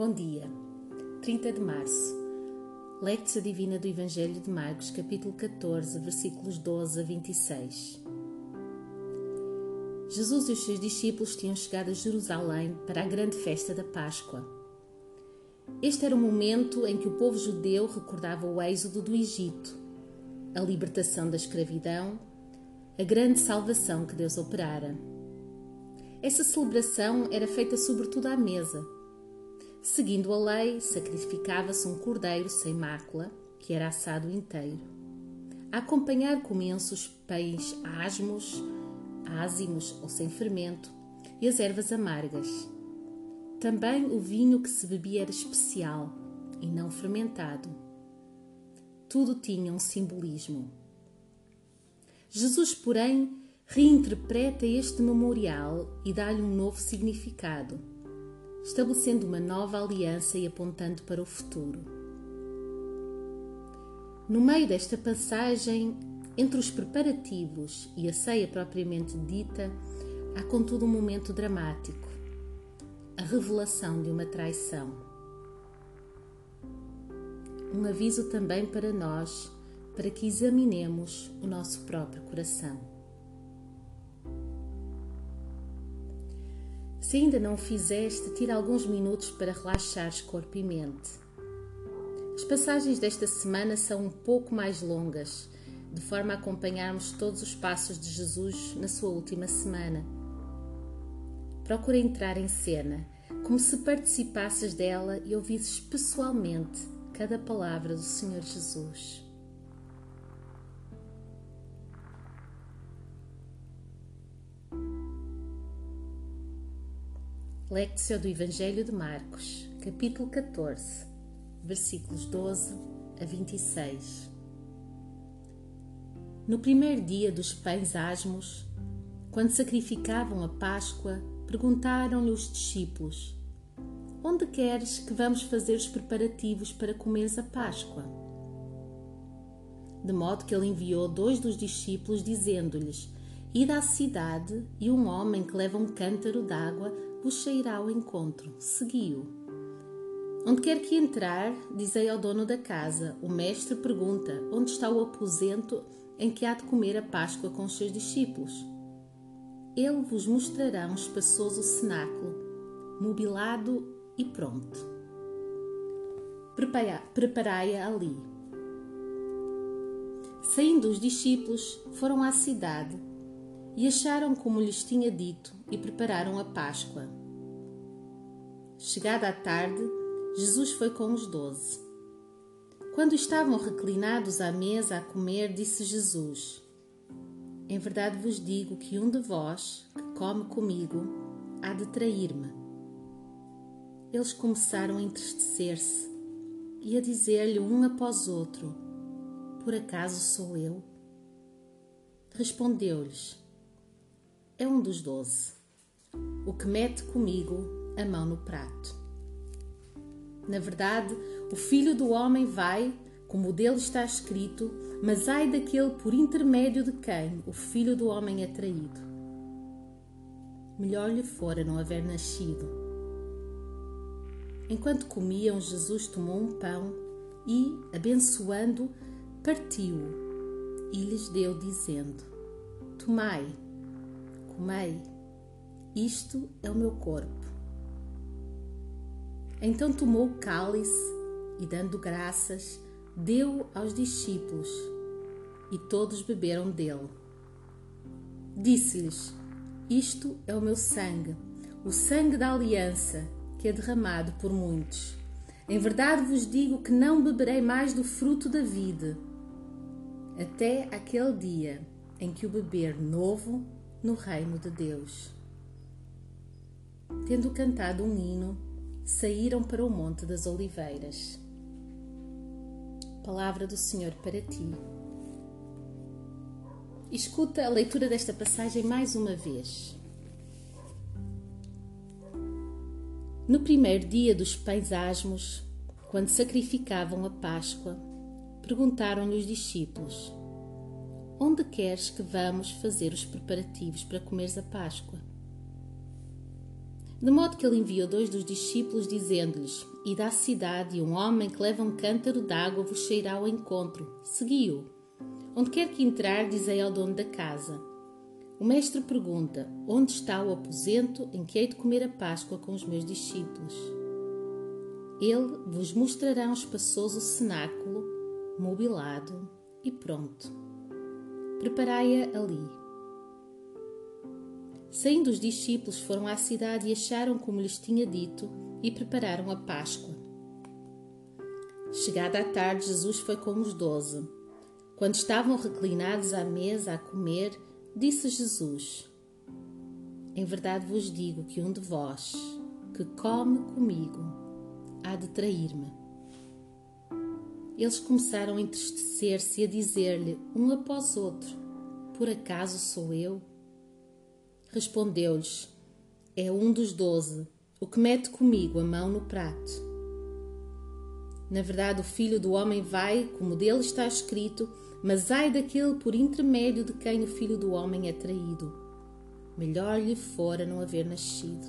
Bom dia, 30 de março. Lectio Divina do Evangelho de Marcos, capítulo 14, versículos 12 a 26. Jesus e os seus discípulos tinham chegado a Jerusalém para a grande festa da Páscoa. Este era o momento em que o povo judeu recordava o êxodo do Egito, a libertação da escravidão, a grande salvação que Deus operara. Essa celebração era feita sobretudo à mesa. Seguindo a lei, sacrificava-se um cordeiro sem mácula, que era assado inteiro. A acompanhar comiam-se os pães ázimos ou sem fermento, e as ervas amargas. Também o vinho que se bebia era especial e não fermentado. Tudo tinha um simbolismo. Jesus, porém, reinterpreta este memorial e dá-lhe um novo significado, estabelecendo uma nova aliança e apontando para o futuro. No meio desta passagem, entre os preparativos e a ceia propriamente dita, há contudo um momento dramático, a revelação de uma traição. Um aviso também para nós, para que examinemos o nosso próprio coração. Se ainda não o fizeste, tira alguns minutos para relaxares corpo e mente. As passagens desta semana são um pouco mais longas, de forma a acompanharmos todos os passos de Jesus na sua última semana. Procura entrar em cena, como se participasses dela e ouvisses pessoalmente cada palavra do Senhor Jesus. Lectio do Evangelho de Marcos, capítulo 14, versículos 12 a 26. No primeiro dia dos pães ázimos, quando sacrificavam a Páscoa, perguntaram-lhe os discípulos: Onde queres que vamos fazer os preparativos para comeres a Páscoa? De modo que ele enviou 2 dos discípulos, dizendo-lhes: Ide à cidade, e um homem que leva um cântaro de água vos sairá ao encontro. Segui-o. Onde quer que entrar, dizei ao dono da casa: O mestre pergunta: Onde está o aposento em que há de comer a Páscoa com os seus discípulos? Ele vos mostrará um espaçoso cenáculo, mobilado e pronto. Preparai-a ali. Saindo os discípulos, foram à cidade e acharam como lhes tinha dito e prepararam a Páscoa. Chegada a tarde, Jesus foi com os 12. Quando estavam reclinados à mesa a comer, disse Jesus: Em verdade vos digo que um de vós, que come comigo, há de trair-me. Eles começaram a entristecer-se e a dizer-lhe um após outro: Por acaso sou eu? Respondeu-lhes: É um dos 12, o que mete comigo a mão no prato. Na verdade, o Filho do Homem vai, como dele está escrito, mas ai daquele por intermédio de quem o Filho do Homem é traído. Melhor lhe fora não haver nascido. Enquanto comiam, Jesus tomou um pão e, abençoando, partiu-o e lhes deu, dizendo: Tomai, comei, isto é o meu corpo. Então tomou o cálice e, dando graças, deu aos discípulos, e todos beberam dele. Disse-lhes: Isto é o meu sangue, o sangue da aliança, que é derramado por muitos. Em verdade vos digo que não beberei mais do fruto da vide, até aquele dia em que o beber novo no reino de Deus. Tendo cantado um hino, saíram para o Monte das Oliveiras. Palavra do Senhor para ti. Escuta a leitura desta passagem mais uma vez. No primeiro dia dos pães ázimos, quando sacrificavam a Páscoa, perguntaram-lhe os discípulos: Onde queres que vamos fazer os preparativos para comeres a Páscoa? De modo que ele enviou 2 dos discípulos, dizendo-lhes: Ide à cidade, e um homem que leva um cântaro de água vos sairá ao encontro. Segui-o. Onde quer que entrar, dizei ao dono da casa: O mestre pergunta: Onde está o aposento em que hei de comer a Páscoa com os meus discípulos? Ele vos mostrará um espaçoso cenáculo, mobilado e pronto. Preparai-a ali. Saindo os discípulos, foram à cidade e acharam como lhes tinha dito e prepararam a Páscoa. Chegada a tarde, Jesus foi com os 12. Quando estavam reclinados à mesa a comer, disse Jesus: Em verdade vos digo que um de vós, que come comigo, há de trair-me. Eles começaram a entristecer-se e a dizer-lhe, um após outro: Por acaso sou eu? Respondeu-lhes: É um dos 12, o que mete comigo a mão no prato. Na verdade, o Filho do Homem vai, como dele está escrito, mas ai daquele por intermédio de quem o Filho do Homem é traído. Melhor lhe fora não haver nascido.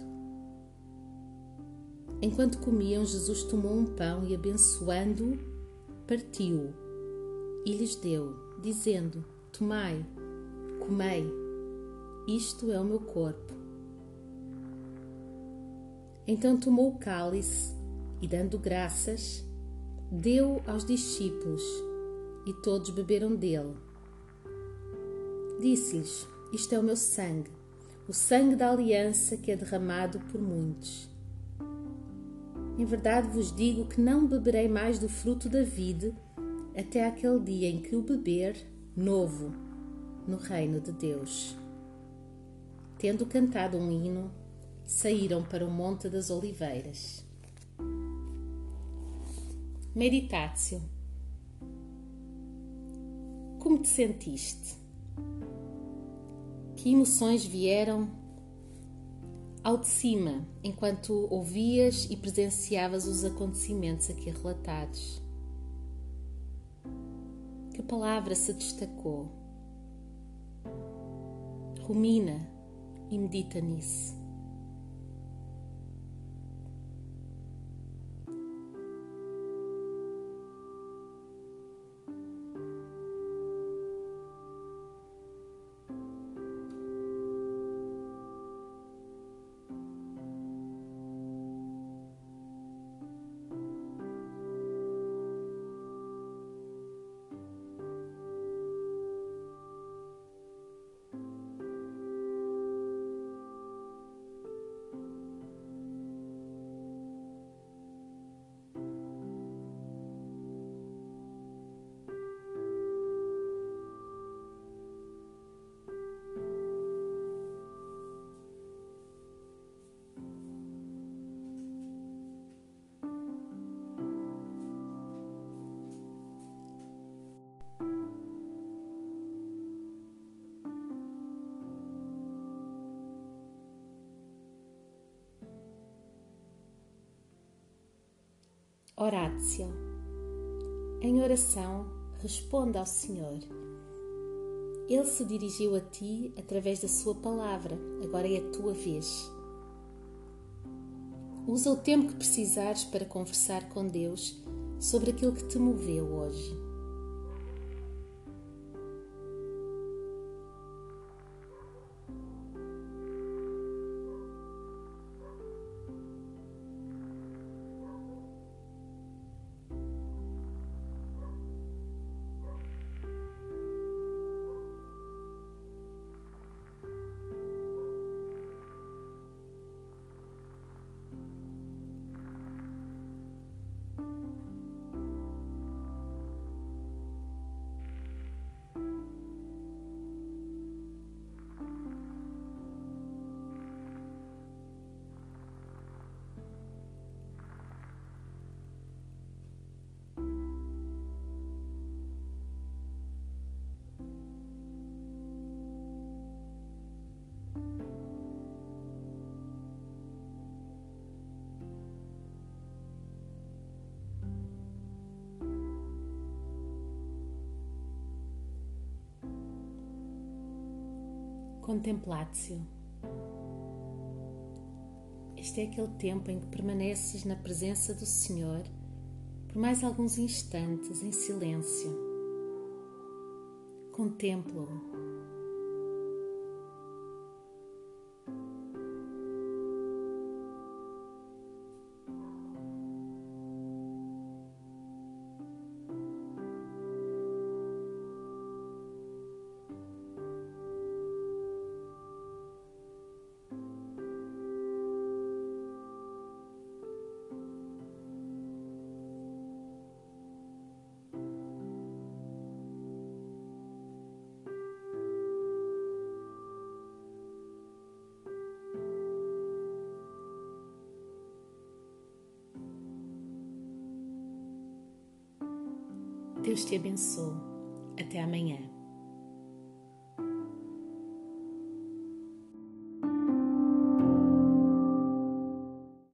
Enquanto comiam, Jesus tomou um pão e, abençoando-o, partiu-o e lhes deu, dizendo: Tomai, comei, isto é o meu corpo. Então tomou o cálice e, dando graças, deu aos discípulos e todos beberam dele. Disse-lhes: Isto é o meu sangue, o sangue da aliança que é derramado por muitos. Em verdade vos digo que não beberei mais do fruto da vide até aquele dia em que o beber novo no reino de Deus. Tendo cantado um hino, saíram para o Monte das Oliveiras. Meditatio. Como te sentiste? Que emoções vieram ao de cima enquanto ouvias e presenciavas os acontecimentos aqui relatados? Que palavra se destacou? Rumina e medita nisso. Oratio. Em oração, responda ao Senhor. Ele se dirigiu a ti através da sua palavra, agora é a tua vez. Usa o tempo que precisares para conversar com Deus sobre aquilo que te moveu hoje. Contemplatio. Este é aquele tempo em que permaneces na presença do Senhor por mais alguns instantes em silêncio. Contempla-o. Deus te abençoe. Até amanhã.